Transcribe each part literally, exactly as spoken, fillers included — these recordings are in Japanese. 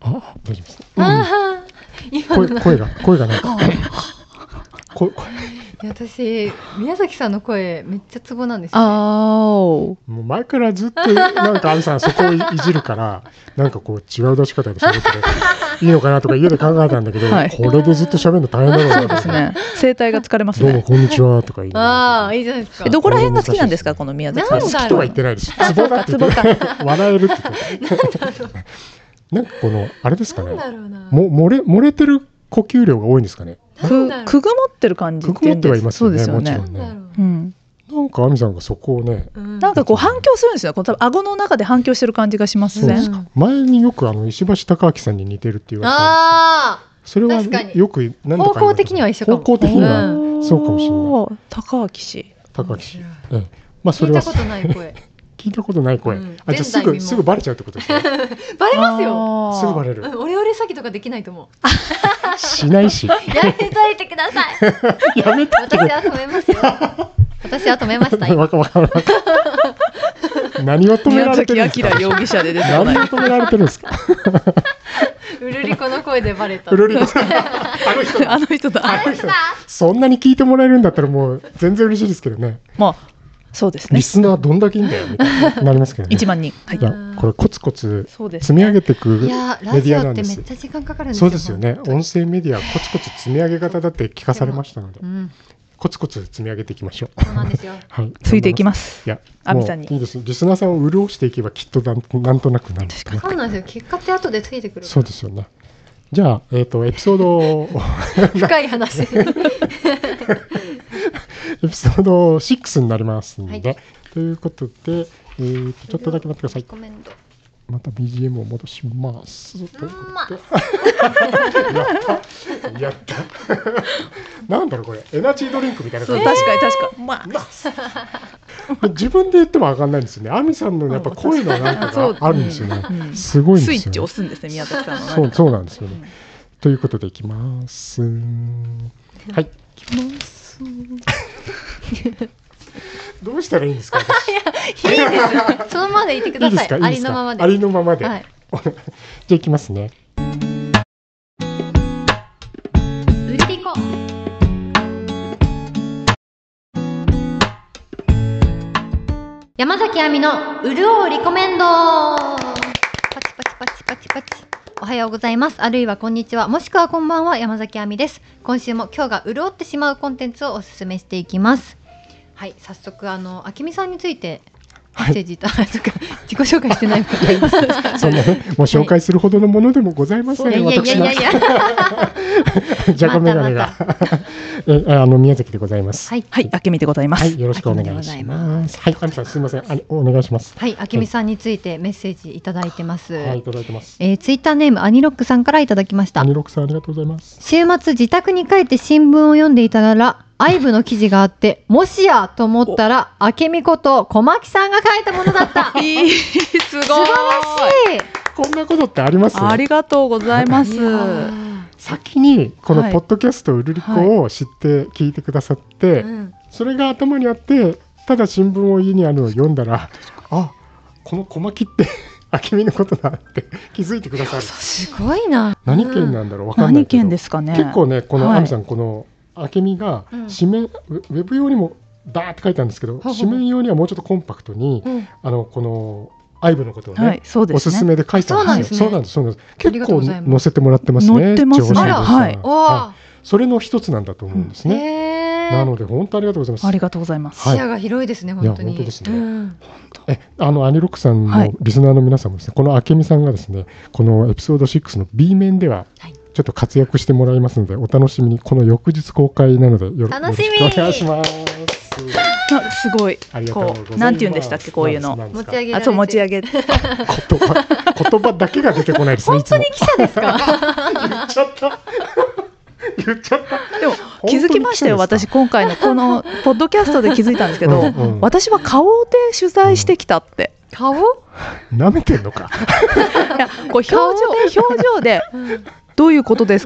あ、大丈夫です。 ああ、今の声声が声がなんか声声私宮崎さんの声めっちゃツボなんですよ、 あね。 もう前からずっとなんかアミさんそこをいじるからなんかこう違う出し方で喋っていいのかなとか家で考えたんだけど、 はいこれでずっと喋るの大変だろうなそうですね。声帯が疲れますどうもね。 こんにちはとか言いながらああ、いいじゃないですか。 えどこら辺が好きなんですか、この宮崎さん。 なんだろう好きとは言ってないです。ツボだって言って笑えるって言ってなんかこのあれですかね、 なんだろうな。 も漏れ漏れてる呼吸量が多いんですかね。 くくぐもってる感じくぐもってはいますよね、 そうですよね。 もちろんね。 なんだろう。 うん。 なんかアミさんがそこをね、 うんなんかこう反響するんですよ。この多分顎の中で反響してる感じがしますねそうです。か。前によくあの石橋貴明さんに似てるって言われたんですあけど、それ確かにはよく何度か言われて方向的には一緒かも方向的にはうそうかもしれない。 おー高明氏。 高明氏。 面ええ、まああ、 それは聞いたことない声。 聞いたことない声。 うんあ、じゃあす前代未聞ぐすぐバレちゃうってことですね。 バレますよ。 あーすぐバレる。 うんオレオレ詐欺とかできないと思う。 しないし。 やめといてください。 やめたって私は止めますよ。私は止めました。今わかわかわか何を止め宮られて崎るんですか。 明容疑者で出てこない。 何を止められてるんですか。 うるりこの声でバレた。 うるりこさんあの人だあの人だ。 あの人だそんなに聞いてもらえるんだったらもう全然嬉しいですけどね。 まあそうですねリ。スナーどんだけいいんだよみたいになりますけどね。 一万人。はいい。やこれコツコツそうですね。 積み上げていくメいやデラジィアなんですオってめっ。ちゃ時間かかるんですよ。 そうですよね。 本当に音声メディアコツコツ積み上げ型だって聞かされましたのでう、ん、 コツコツ積み上げていきましょう。 そうなんですよ。 はい。 ついていきます。 いや、 アミさんにもういいです。リスナーさんを潤していけばきっとなんなんとなくなるんですかね。 そうなんですよ。結果って後でついてくる。 そうですよね。じゃあ、えっ、と、エピソードを深い話。 エピソードろくになりますので、 はいということで、えーと、ちょっとだけ待ってください。 コメント。 また ビージーエム を戻します。ということでうんまあやったやったなんだろうこれ、エナジードリンクみたいなそう感じ。 確かに確かに。まあ自分で言ってもわかんないんですよね。アミさんのやっぱ声のなんかそうがあるんですよね。 うんすごいんですよね。 スイッチ押すんですね宮崎さんの。 そうそうなんですよね。ということでいきます。はい。いきます。どうしたらいいんですか。私いいです。そのままでいてください。 いいですか。いいあですかりのままで。 ありのままで。 はい。 じゃあいきますね。 売りていこう。山崎亜美のうるおうリコメンド。パチパチパチパチパチ。おはようございます。あるいはこんにちは。もしくはこんばんは。山崎亜美です。今週も今日が潤ってしまうコンテンツをお勧めしていきます。はい、早速あのあきみさんについてメッセージと、はい、自己紹介してないもんそんなね、もう紹介するほどのものでもございません。 いやいやいやいやいや。 ジャコメガネがえあの宮崎でございます。 はい、 はい、あけみでございます。 はい、よろしくお願いします。はい、アミさんすみません、あお願いします。 はい、あきみさんについてメッセージいただいてます。 はい、いただいてます。 えー、ツイッターネームアニロックさんからいただきましたア。ニロックさんありがとうございます。 週末自宅に帰って新聞を読んでいたらアイブの記事があってもしやと思ったらあけみこと小牧さんが書いたものだった。 いい、すごい。 素晴らしい。 こんなことってあります？ ありがとうございます。 いやー先にこのはいポッドキャストうるりこを知って聞いてくださって、 うんそれが頭にあってただ新聞を家にあるのを読んだら、あ、この小牧ってあけみのことだって気づいてくださる。 すごいな。 何県なんだろう、わかんない何けど。 県ですかね。 結構ね、このはいアミさん、このあけみがうん紙面、ウェブ用にもダーって書いてあるんですけど、 ほうほう紙面用にはもうちょっとコンパクトに、 うんあのこのアイブのことをね、 はい、そうですね。 おすすめで書いてあるんですよ。 そうなんですねそうなんです。そうなんです。 あり結構がとうございます載せてもらってますね。 載ってますね情報さんはいおーそれの一つなんだと思うんですね。 へーなので本当ありがとうございます。 ありがとうございます。 はい視野が広いですね、本当に。 いや本当ですねうんえ、あのアニロックさんはいのリスナーの皆さんもですね、このあけみさんがですね、このエピソードシックスの B 面でははいちょっと活躍してもらいますので、お楽しみに。この翌日公開なのでよろ楽しみよろしくお願いします。 あすごい。 ありがとうございます。 こうなんて言うんでしたっけ、こういうの。 なんですか持ち上げられてあ、そう持ち上げ。 言葉言葉だけが出てこないですね。 本当に記者ですか？ 言っちゃった。言っちゃった。 でも気づきましたよ。 本当に私今回のこのポッドキャストで気づいたんですけど、 うんうん私は顔で取材してきたって。 顔？ 舐めてんのか。 いや、こう表情表情でどういうことですかっ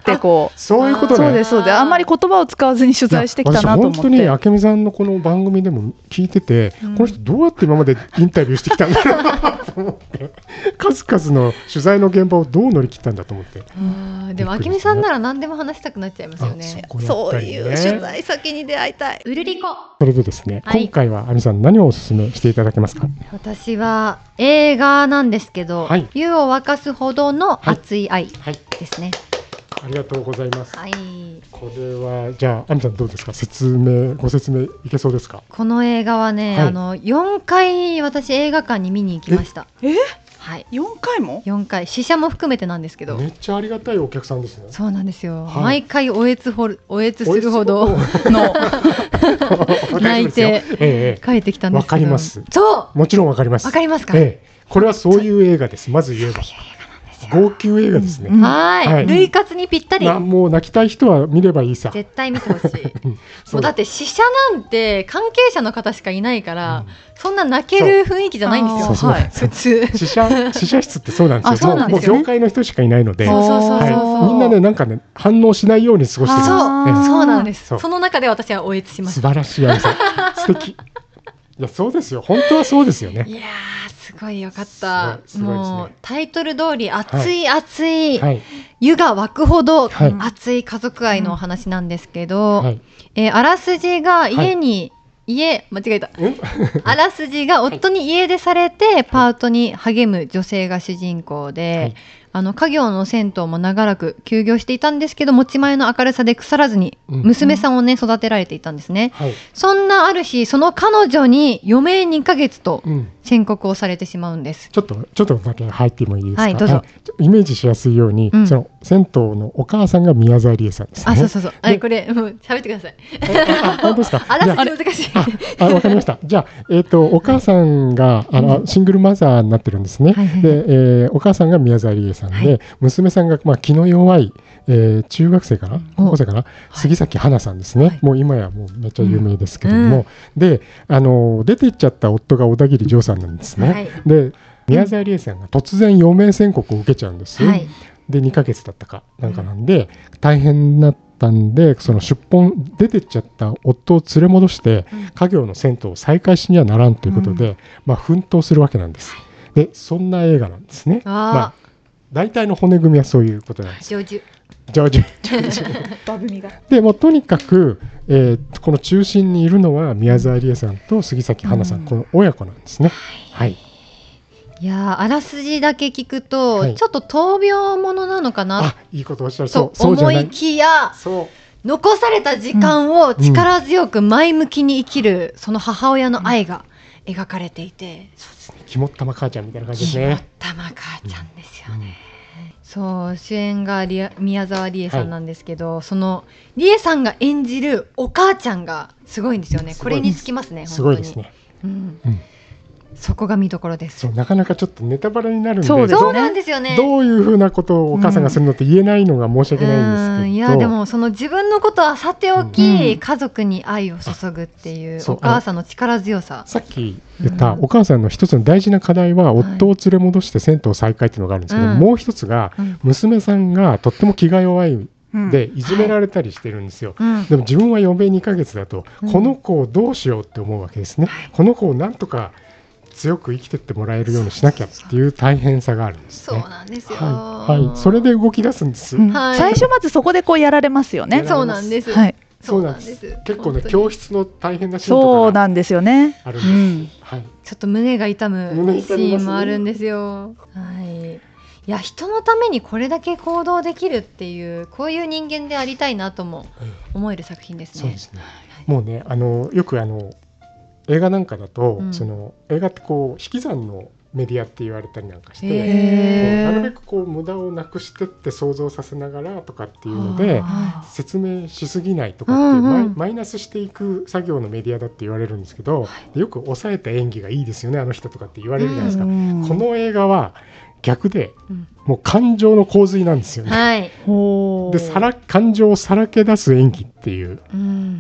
ってこうそういうことね。 そうですそうです。あんまり言葉を使わずに取材してきたなと思って。 いや私本当にあけみさんのこの番組でも聞いてて、うん、この人どうやって今までインタビューしてきたんだろうなと思って数々の取材の現場をどう乗り切ったんだと思って。 あでもあけみさんなら何でも話したくなっちゃいますよね。 そ, ねそういう取材先に出会いたい。 うるりこ。 それでですね、 はい、 今回はあみさん何をおすすめしていただけますか？ 私は映画なんですけど、 はい、 湯を沸かすほどの熱い愛ですね。 はいはい、ありがとうございます。 はい、 これはじゃああみさんどうですか？説明ご説明いけそうですか？ この映画はね、はい、あのよんかい私映画館に見に行きました。 え？ はい、 よんかいもよんかい試写も含めてなんですけど、 めっちゃありがたいお客さんですね。 そうなんですよ、 はい、 毎回おえつほるおえつするほどの泣いて帰ってきたんですけど、 わかります。 そうもちろんわかります。 わかりますか？ ええ、これはそういう映画です。まず言えば号泣映画ですね。 うん、はい、はい、類活にぴったり、 まあ、もう泣きたい人は見ればいいさ。 絶対見てほしいもうだって試写なんて関係者の方しかいないから、うん、そんな泣ける雰囲気じゃないんですよ。 そうそうはい、普通試写試写室ってそうなんですよ。 そうなんですよ、 もう業界の人しかいないので、 そうそうそうそう、はい、 みんなねなんかね反応しないように過ごしてるんです。 そう、 ええ、 そうなんです。 そ, その中で私はおえつしました。 素晴らしいあみさん素敵。いやそうですよ、本当はそうですよね。 いやすごいよかった。 すごい、すごいですね。 もうタイトル通り熱い熱い、 はい、 湯が沸くほどはい熱い家族愛のお話なんですけど、はい、えー、あらすじが家に、はい、家間違えたあらすじが夫に家出されてパートに励む女性が主人公で、はい、あの家業の銭湯も長らく休業していたんですけど持ち前の明るさで腐らずに娘さんをね、うん、育てられていたんですね、はい、そんなある日その彼女に余命にかげつと宣告をされてしまうんです、うん、 ちょっとちょっとだけ入ってもいいですか？ はいどうぞ。 イメージしやすいように、うん、その銭湯のお母さんが宮沢りえさんですね。 あそうそうそうあれこれもう喋ってください。 あ本当ですか？ あらすじ難しい。 あわかりました。じゃあ、えー、とお母さんがあの、うん、シングルマザーになってるんですね、はいはい、で、えー、お母さんが宮沢りえさんで、はい、娘さんが、まあ、気の弱い、えー、中学生かな高校生かな、はい、杉咲花さんですね、はい、もう今やもうめっちゃ有名ですけれども、うん、であの出て行っちゃった夫が小田切丈さんなんですね、はい、で宮沢りえさんが突然余命宣告を受けちゃうんです、はい、でにかげつだったかなんかなんで、うん、大変なったんでその出本出てっちゃった夫を連れ戻して家業の銭湯を再開しにはならんということで、うんまあ、奮闘するわけなんです。でそんな映画なんですね。あ、まあ、大体の骨組みはそういうことなんです。 上手上手バブミがでもとにかく、えー、この中心にいるのは宮沢りえさんと杉咲花さん、うん、この親子なんですね。はい、はいいやあらすじだけ聞くと、はい、ちょっと闘病ものなのかなあいいことおっしゃると思いきや残された時間を力強く前向きに生きる、うん、その母親の愛が描かれていて、 そうですね、肝っ玉母ちゃんみたいな感じですね。 肝っ玉母ちゃんですよね、うん、そう主演がリア宮沢りえさんなんですけど、はい、そのりえさんが演じるお母ちゃんがすごいんですよね。これにつきますね。 すごいですね、 うんうん、そこが見どころです。 そうなかなかちょっとネタバレになるんで、 そうですね、そうなんですよね。 どういうふうなことをお母さんがするのって言えないのが申し訳ないんですけど、 うんいやでもその自分のことはさておき、うん、家族に愛を注ぐっていうお母さんの力強さ。 さっき言ったお母さんの一つの大事な課題は、うん、夫を連れ戻して銭湯再開っていうのがあるんですけど、はい、もう一つが、うん、娘さんがとっても気が弱いでいじめられたりしてるんですよ、はい、でも自分は余命にかげつだと、うん、この子をどうしようって思うわけですね、はい、この子をなんとか強く生きてってもらえるようにしなきゃっていう大変さがあるんですね。 そうなんですよ、 はいはい、それで動き出すんです、うんはい、最初まずそこでこうやられますよね。 そうなんです、 はい、 そうなんです。 結構ね教室の大変なシーンとかそうなんですよね。 あるんです、うんはい、ちょっと胸が痛むシーンもあるんですよ。はい、いや人のためにこれだけ行動できるっていうこういう人間でありたいなとも思える作品ですね。 そうですね、はい、もうねあのよくあの映画なんかだと、うん、その映画ってこう引き算のメディアって言われたりなんかしてなるべくこう無駄をなくしてって想像させながらとかっていうので説明しすぎないとかっていう、うんうん、マイナスしていく作業のメディアだって言われるんですけど、よく抑えた演技がいいですよねあの人とかって言われるじゃないですか、うん、この映画は逆で、うん、もう感情の洪水なんですよね、 はい、 でさら感情をさらけ出す演技っていう、うん、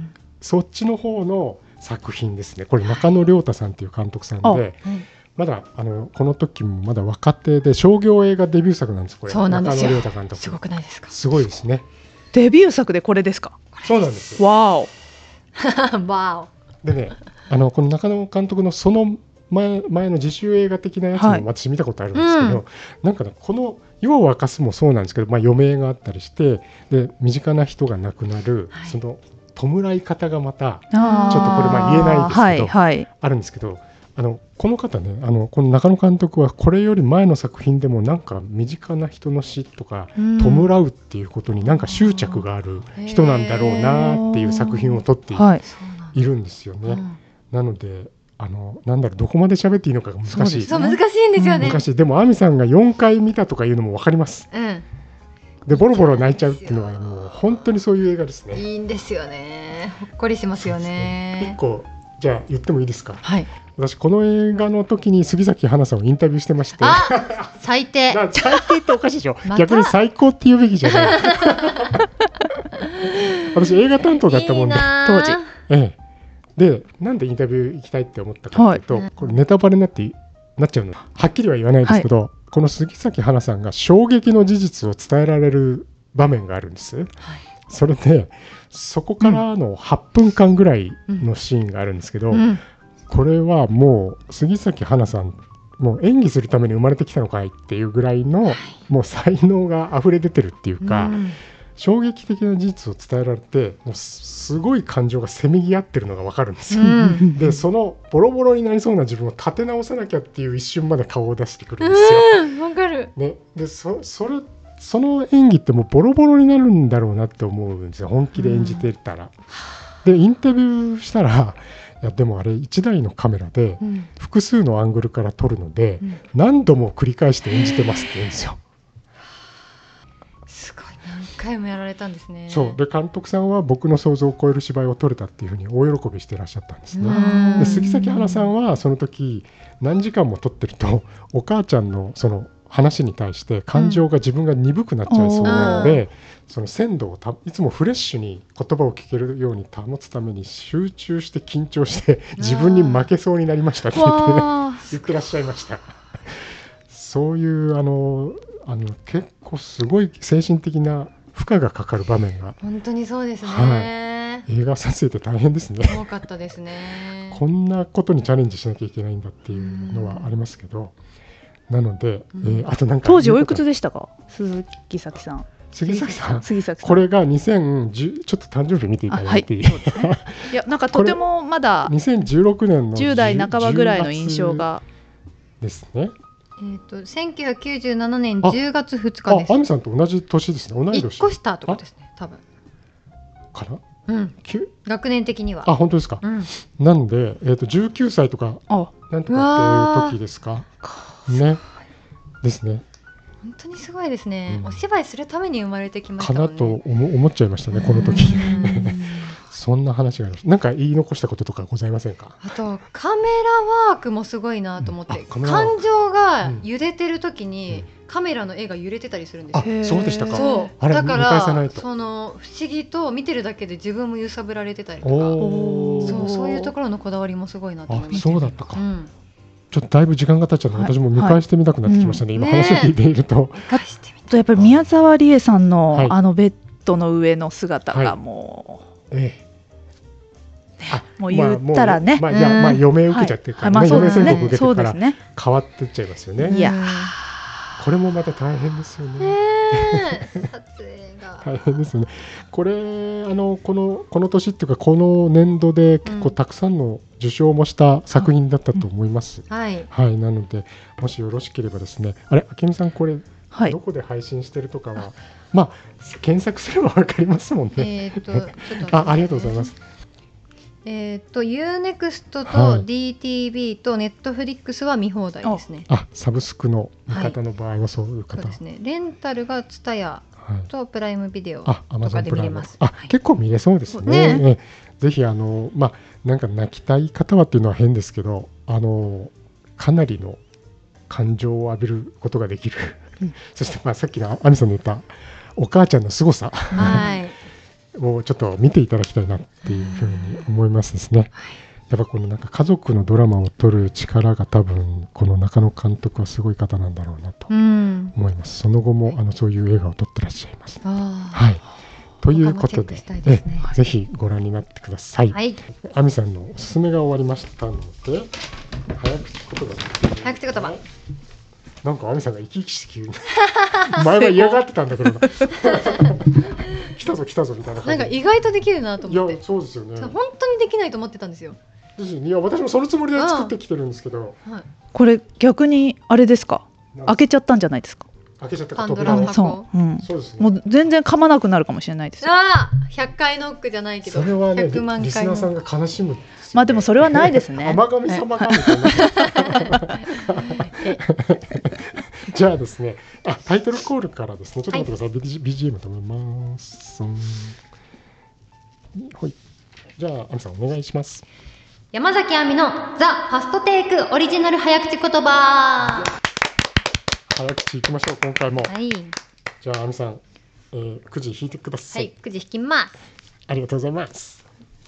そっちの方の作品ですね。これ中野亮太さんっていう監督さんで、 まだあのこの時もまだ若手で商業映画デビュー作なんですこれ。 そうなんですよ。 中野亮太監督。 すごくないですか。 すごいですね。 デビュー作でこれですか。 そうなんですよ。 わお。 わでね、あのこの中野監督のその前前の自主映画的なやつも私見たことあるんですけど、はいうん、なんかねこの夜を明かすもそうなんですけど、まあ、余命があったりしてで身近な人が亡くなる、はい、その弔い方がまたちょっとこれまあ言えないですけど、はいはい、あるんですけど、あのこの方ね、あのこの中野監督はこれより前の作品でもなんか身近な人の死とか弔うっていうことになんか執着がある人なんだろうなっていう作品を撮っているんですよね。はい、なのであのなんだろうどこまで喋っていいのかが難しい。 そう、難しいんですよね。 難しい。でも亜美さんがよんかい見たとかいうのも分かります。うん、でボロボロ泣いちゃうっていうのはもう本当にそういう映画ですね。 いいんですよね。ほっこりしますよね。 いっこじゃあ言ってもいいですか。 はい。 私この映画の時に杉咲花さんをインタビューしてまして。 あ、最低。 最低っておかしいでしょ。ま、逆に最高って言うべきじゃない。私映画担当だったもんで、当時。ええ。でなんでインタビュー行きたいって思ったかというと、はい、これネタバレになってなっちゃうのはっきりは言わないですけど、はい、この杉咲花さんが衝撃の事実を伝えられる場面があるんです、はい、それでそこからのはっぷんかんぐらいのシーンがあるんですけど、うんうん、これはもう杉咲花さんもう演技するために生まれてきたのかいっていうぐらいの、はい、もう才能が溢れ出てるっていうか、うん衝撃的な事実を伝えられてもうすごい感情がせめぎ合ってるのが分かるんですよ、うん、でそのボロボロになりそうな自分を立て直さなきゃっていう一瞬まで顔を出してくるんですよ、 うん、分かる、ね、 で そ, そ, れその演技ってもうボロボロになるんだろうなって思うんですよ本気で演じてたら、うん、でインタビューしたらいやでもあれいちだいのカメラで複数のアングルから撮るので、うん、何度も繰り返して演じてますって言うんですよ。 何回もやられたんですね。 そうで監督さんは僕の想像を超える芝居を撮れたっていうふうに大喜びしてらっしゃったんですね。で杉咲花さんはその時何時間も撮ってるとお母ちゃんのその話に対して感情が自分が鈍くなっちゃいそうなので、うん、その鮮度をたいつもフレッシュに言葉を聞けるように保つために集中して緊張して自分に負けそうになりましたって言って、ね、言ってらっしゃいました。そういうあのあの結構すごい精神的な負荷がかかる場面が本当にそうですね、 はい、映画撮影って大変ですね。 多かったですね。 こんなことにチャレンジしなきゃいけないんだっていうのはありますけど、なので、うんえー、あとなんか当時おいくつでしたか鈴木咲さん。 杉咲さん杉咲さんこれがにせんじゅうちょっと誕生日見ていただいていい、はいね、いやなんかとてもまだにせんじゅうろくねんのじゅう代半ばぐらいの印象がですね。 えー、とせんきゅうひゃくきゅうじゅうななねんじゅうがつふつかです。 あ、亜美さんと同じ年ですね。同い年。 いっこ下とかですね、多分。 かな？ うん。学年的には。 あ、本当ですか。うん、なんで、えー、とじゅうきゅうさいとかなんとかっていう時ですか。ね。ですね。 本当にすごいですね、うん。お芝居するために生まれてきましたもんね。 かなと思、思っちゃいましたね、この時。そんな話があります。なんか言い残したこととかございませんか？ あとカメラワークもすごいなと思って、うん、感情が揺れてる時に、うん、カメラの絵が揺れてたりするんですよ。 あ、そうでしたか。 そうだからその不思議と見てるだけで自分も揺さぶられてたりとか、そうそういうところのこだわりもすごいなと思いました。 あ、そうだったか。うん、ちょっとだいぶ時間が経っちゃったので、はい、私も見返してみたくなってきましたね、はい、今話を聞いていると、 ね、あとやっぱり宮沢りえさんの、はい、あのベッドの上の姿がもう、はい、ええもう言ったらね、 まあ、まあ、いや、まあ、余命受けちゃってるからね、はい、余命宣告受けてから変わってっちゃいますよね。いやこれもまた大変ですよね。 撮影が大変ですよね。これあのこのこの年っていうかこの年度で結構たくさんの受賞もした作品だったと思います。うん、はい、はい、なのでもしよろしければですね、あれ明美さんこれ、はい、どこで配信してるとかはまあ検索すればわかりますもんね。えー、っとちょっと、ね、あ、ありがとうございます。 えー、と ユーネクスト と ディーティービー と ネットフリックスは見放題ですね。 あ、サブスクの見方の場合はそういう方、はい、そうですね。レンタルがツタヤとプライムビデオとかで見れます。 あ、はい、結構見れそうですね。ね、ぜひあのまあなんか泣きたい方はっていうのは変ですけど、あのかなりの感情を浴びることができる。うん、そしてまあさっきの亜美さんの言ったお母ちゃんの凄さ。はい。をちょっと見ていただきたいなっていうふうに思いますですね。 やっぱこのなんか家族のドラマを撮る力が多分この中野監督はすごい方なんだろうなと思います。その後もあのそういう映画を撮ってらっしゃいます。はい。ということで、ね、ぜひご覧になってください。はい。亜美さんのおすすめが終わりましたので、早口言葉。 早口言葉。 なんか亜美さんが生き生きして急に前は嫌がってたんだけど来たぞ来たぞみたいな感じ。 なんか意外とできるなと思って。 いやそうですよね。 本当にできないと思ってたんですよ。 いや私もそのつもりで作ってきてるんですけど、 はい、これ逆にあれですか、開けちゃったんじゃないですか。 開けちゃったパンドラの箱。 そう、うん、そうですね。 もう全然噛まなくなるかもしれないです。 ああ、ひゃっかいノックじゃないけど、 それはね、 ひゃくまんかいリスナーさんが悲しむ、ね。 まあでもそれはないですね。 甘神様がみたいな。じゃあですね、あ、タイトルコールからですね、ちょっと待ってください。はい、ビージーエム 止めます。はい。じゃあ亜美さんお願いします。 山崎亜美のザ・ファストテイクオリジナル早口言葉。 早口いきましょう今回も。 はい。 じゃあ亜美さん、えー、くじ引いてください。 はい、くじ引きます。 ありがとうございます。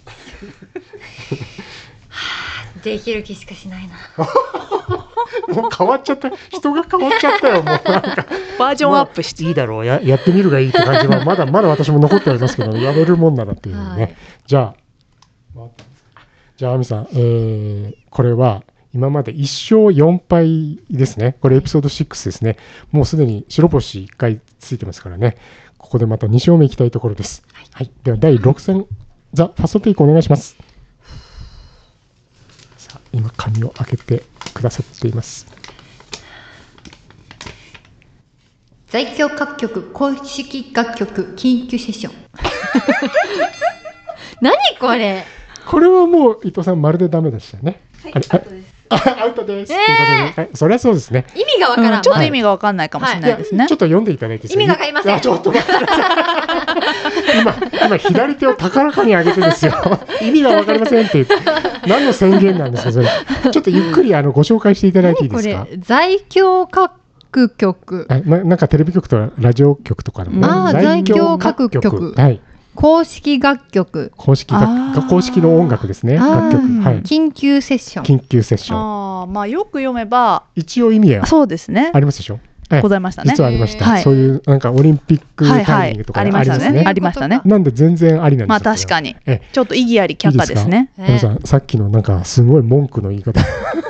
はあ、できる気しかしないな。 もう変わっちゃった。人が変わっちゃったよ。もうなんかバージョンアップして、 まあ、いいだろう や, やってみるがいいって感じはまだまだ私も残ってありますけど、やれるもんならっていうね。はい、じゃあじゃあ亜美さん、えー、これは今までいっ勝よん敗ですね。これエピソードろくですね。もうすでに白星いっかいついてますからね。ここでまたに勝目いきたいところです。はい。はい、ではだいろく戦、ザ・ファストテイクお願いします。さあ、今紙を開けてくださっています。 在京各局公式楽曲緊急セッション。何これ。 これはもう伊藤さんまるでダメでしたね。 はい、アウトです。 アウトです。えー、はい、それはそうですね。 意味がわからん、 うん。ちょっと意味がわかんないかもしれないですね。 はい、ちょっと読んでいただいて。 意味がわかりません。 ちょっと待ってください。今今左手を高らかに上げてですよ。意味がわかりませんって何の宣言なんですかそれ。ちょっとゆっくりあのご紹介していただいていいですか。 これ在京各局。 あ、な, なんかテレビ局とラジオ局とかの、ね。 ああ、在京各局。 はい。 公式楽曲。 公式楽公式の音楽ですね。楽曲、はい。 緊急セッション。 緊急セッション。 ああ、まあよく読めば一応意味はそうですね。 ありますでしょ。 ございましたね。 実はありました。はい、そういうなんかオリンピックタイミングとか、ねはいはい、 ありましたね。ありましたね。 なんで全然ありなんですよ。 まあ確かに。ちょっと意義あり却下ですね。 皆さんさっきのなんかすごい文句の言い方。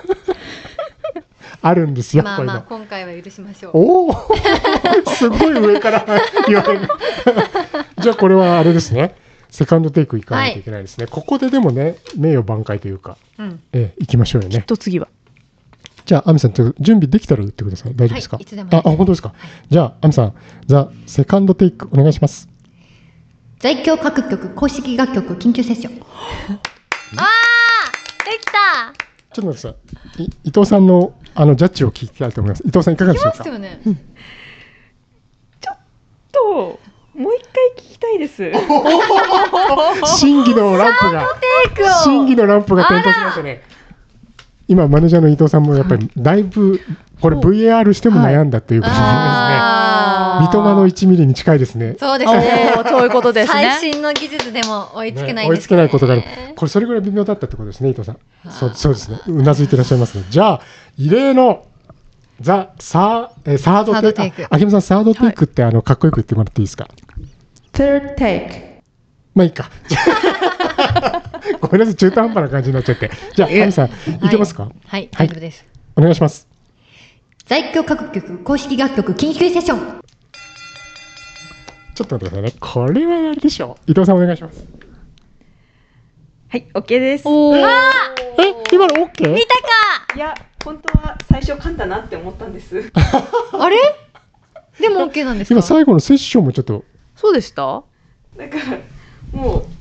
あるんですよ。 まあまあ今回は許しましょう。 おお、すごい上から言われる。じゃあこれはあれですね。セカンドテイクいかないといけないですね。はい、ここででもね名誉挽回というか、うん、えー、いきましょうよね。 きっと次は。 じゃあ亜美さん準備できたら言ってください。大丈夫ですか。 はい、いつでもあ、あ本当ですか。はい、じゃあ亜美さんザセカンドテイクお願いします。 在京各局公式楽曲緊急セッション。ああできた。 ちょっと待ってください。い伊藤さんのあのジャッジを聞きたいと思います。伊藤さんいかがでしょうか。 聞きますよね。 うん、ちょっともう一回聞きたいです。 審議のランプが審議のランプが点灯しましたね。今マネージャーの伊藤さんもやっぱりだいぶこれ ブイエーアール しても悩んだということですね。三笘のいちミリに近いですね。 そうですね。 そういうことですね。 最新の技術でも追いつけないんですね。 追いつけないことがある。これそれぐらい微妙だったってことですね、伊藤さん。そう、そうですね。うなずいていらっしゃいますね。じゃあ異例のザサー、えー、サードテイク。あきみさんサードテイクって、はい、あのかっこよく言ってもらっていいですか。 Third take。 まあいいか。ごめんなさい中途半端な感じになっちゃって。じゃああきみさんいけますか。 はい、はい、大丈夫です。 お願いします。 在京各局公式楽曲緊急セッション。 ちょっと待ってくださいね。これはあれでしょう。伊藤さんお願いします。 はい、OK です。 おえ、今の OK？ 見たか。 いや、本当は最初噛んだなって思ったんです。 あれ？でも OK なんですか？ 今最後のセッションもちょっと。 そうでした？だからもう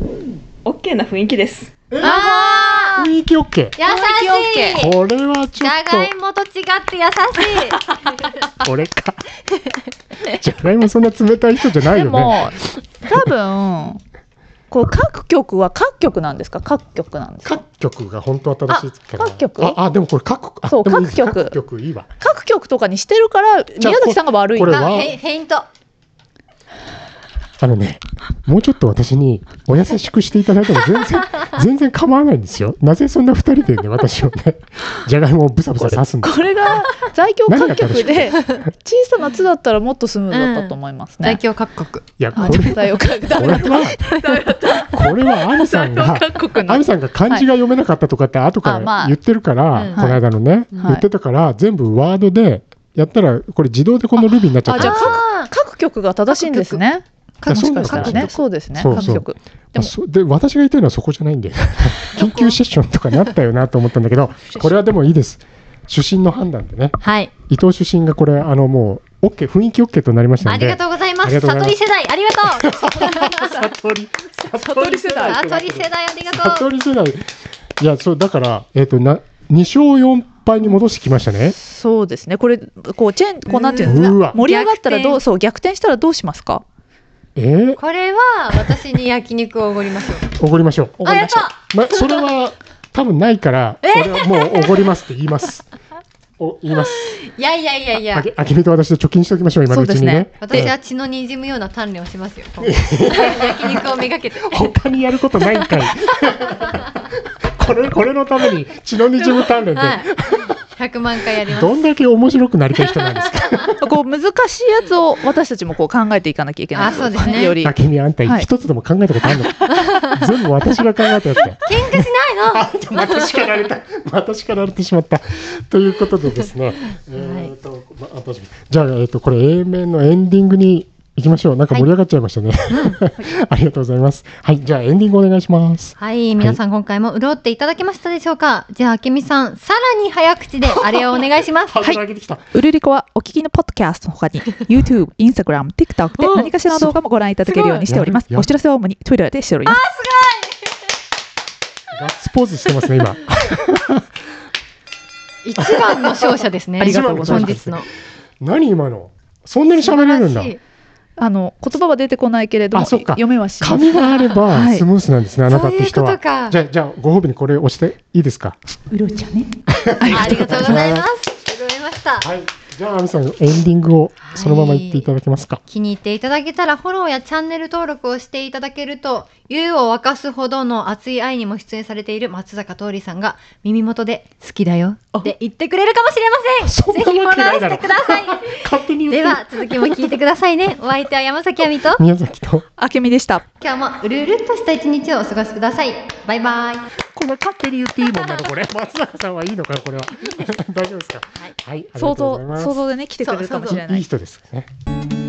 OK な雰囲気です。 ああ、 雰囲気 OK。 優しい。 これはちょっと。 じゃがいもと違って優しい。 これか。じゃがいもそんな冷たい人じゃないよね。 でも多分こう各局は各局なんですか。各局なんですか。 各局が本当は正しいから。 各局。 ああでもこれ各そう各局。 各局いいわ。 各局とかにしてるから宮崎さんが悪い。 あ、フェイント。 あのね、もうちょっと私にお優しくしていただいても全然全然構わないんですよ。なぜそんなふたりでね、私をね、じゃがいもをブサブサ刺すんだ。 これが在京各局で小さな津だったらもっとスムーズだったと思いますね。 在京各国。 いや、これこれはこれはアミさんがアミさんが漢字が読めなかったとかって後から言ってるから、この間のね、言ってたから全部ワードでやったらこれ自動でこのルビーになっちゃった。 じゃあ各各局が正しいんですね。もしかしたらね、そうですね。各局。 で私が言いたいのはそこじゃないんで、緊急セッションとかなったよなと思ったんだけど、これはでもいいです。主審の判断でね。 はい。 伊藤主審がこれあのもう OK 雰囲気 OK となりましたので。 ありがとうございます。悟り世代ありがとう。 悟り悟り世代悟り世代ありがとう。 悟り世代。いやそうだからえっとなにしょうよんぱいに戻してきましたね。 そうですね。これこうチェーンこうなんていうんですか。盛り上がったらどうそう逆転したらどうしますか。 えー、 これは私に焼肉をおごりましょう。 おごりましょう。 あやった。 まそれは多分ないから、これはもうおごりますって言います。お言います。 いやいやいやいや。 あけあけみと私で貯金しておきましょう今のうちにね。ね私は血の滲むような鍛錬をしますよ。焼肉をめがけて。 他にやることないんかい。これこれのために血の滲む鍛錬で。はいひゃくまんかいやります。 どんだけ面白くなりたい人なんですか。 こう難しいやつを私たちもこう考えていかなきゃいけない。 あ、そうですね。 より。 あけみあんた一つでも考えたことあるのか。はい、全部私が考えたやつだ。 喧嘩しないの。 また叱られた。また叱られてしまった。ということでですね。えっと、まあ、じゃあえっとこれ A 面のエンディングに行きましょう。なんか盛り上がっちゃいましたね。はい、ありがとうございます。はい、じゃあエンディングお願いします。 はい、皆さん今回も潤っていただけましたでしょうか。じゃああけみさん、さらに早口であれをお願いします。 はい。 うるりこはお聞きのポッドキャストの他に YouTube、Instagram、TikTok で何かしらの動画もご覧いただけるようにしております。お知らせは主に Twitter でしております。 あ、 すごい。ガッツポーズしてますね今。 一番の勝者ですね。 ありがとうございます。 本日の。 何今の？そんなに喋れるんだ。 あの言葉は出てこないけれども読めはします。 紙があればスムースなんですね、はい、あなたって人は。 そういうことか。 じゃあじゃあご褒美にこれ押していいですか。 うるちゃんね。 ありがとうございます。潤いました。 はい。じゃああみさんエンディングをそのまま言っていただけますか。 はい、気に入っていただけたらフォローやチャンネル登録をしていただけると、湯を沸かすほどの熱い愛にも出演されている松坂桃李さんが耳元で好きだよって言ってくれるかもしれません。ぜひフォローしてください。 勝手に言って。 では続きも聞いてくださいね。お相手は山崎亜美と宮崎とあけみでした。 今日もうるうるっとした一日をお過ごしください。バイバイ。 この勝手に言っていいもんなのこれ。松坂さんはいいのかこれは。大丈夫ですか。 はい。 はい、 想像想像でね来てくれるかもしれない。 いい人ですね。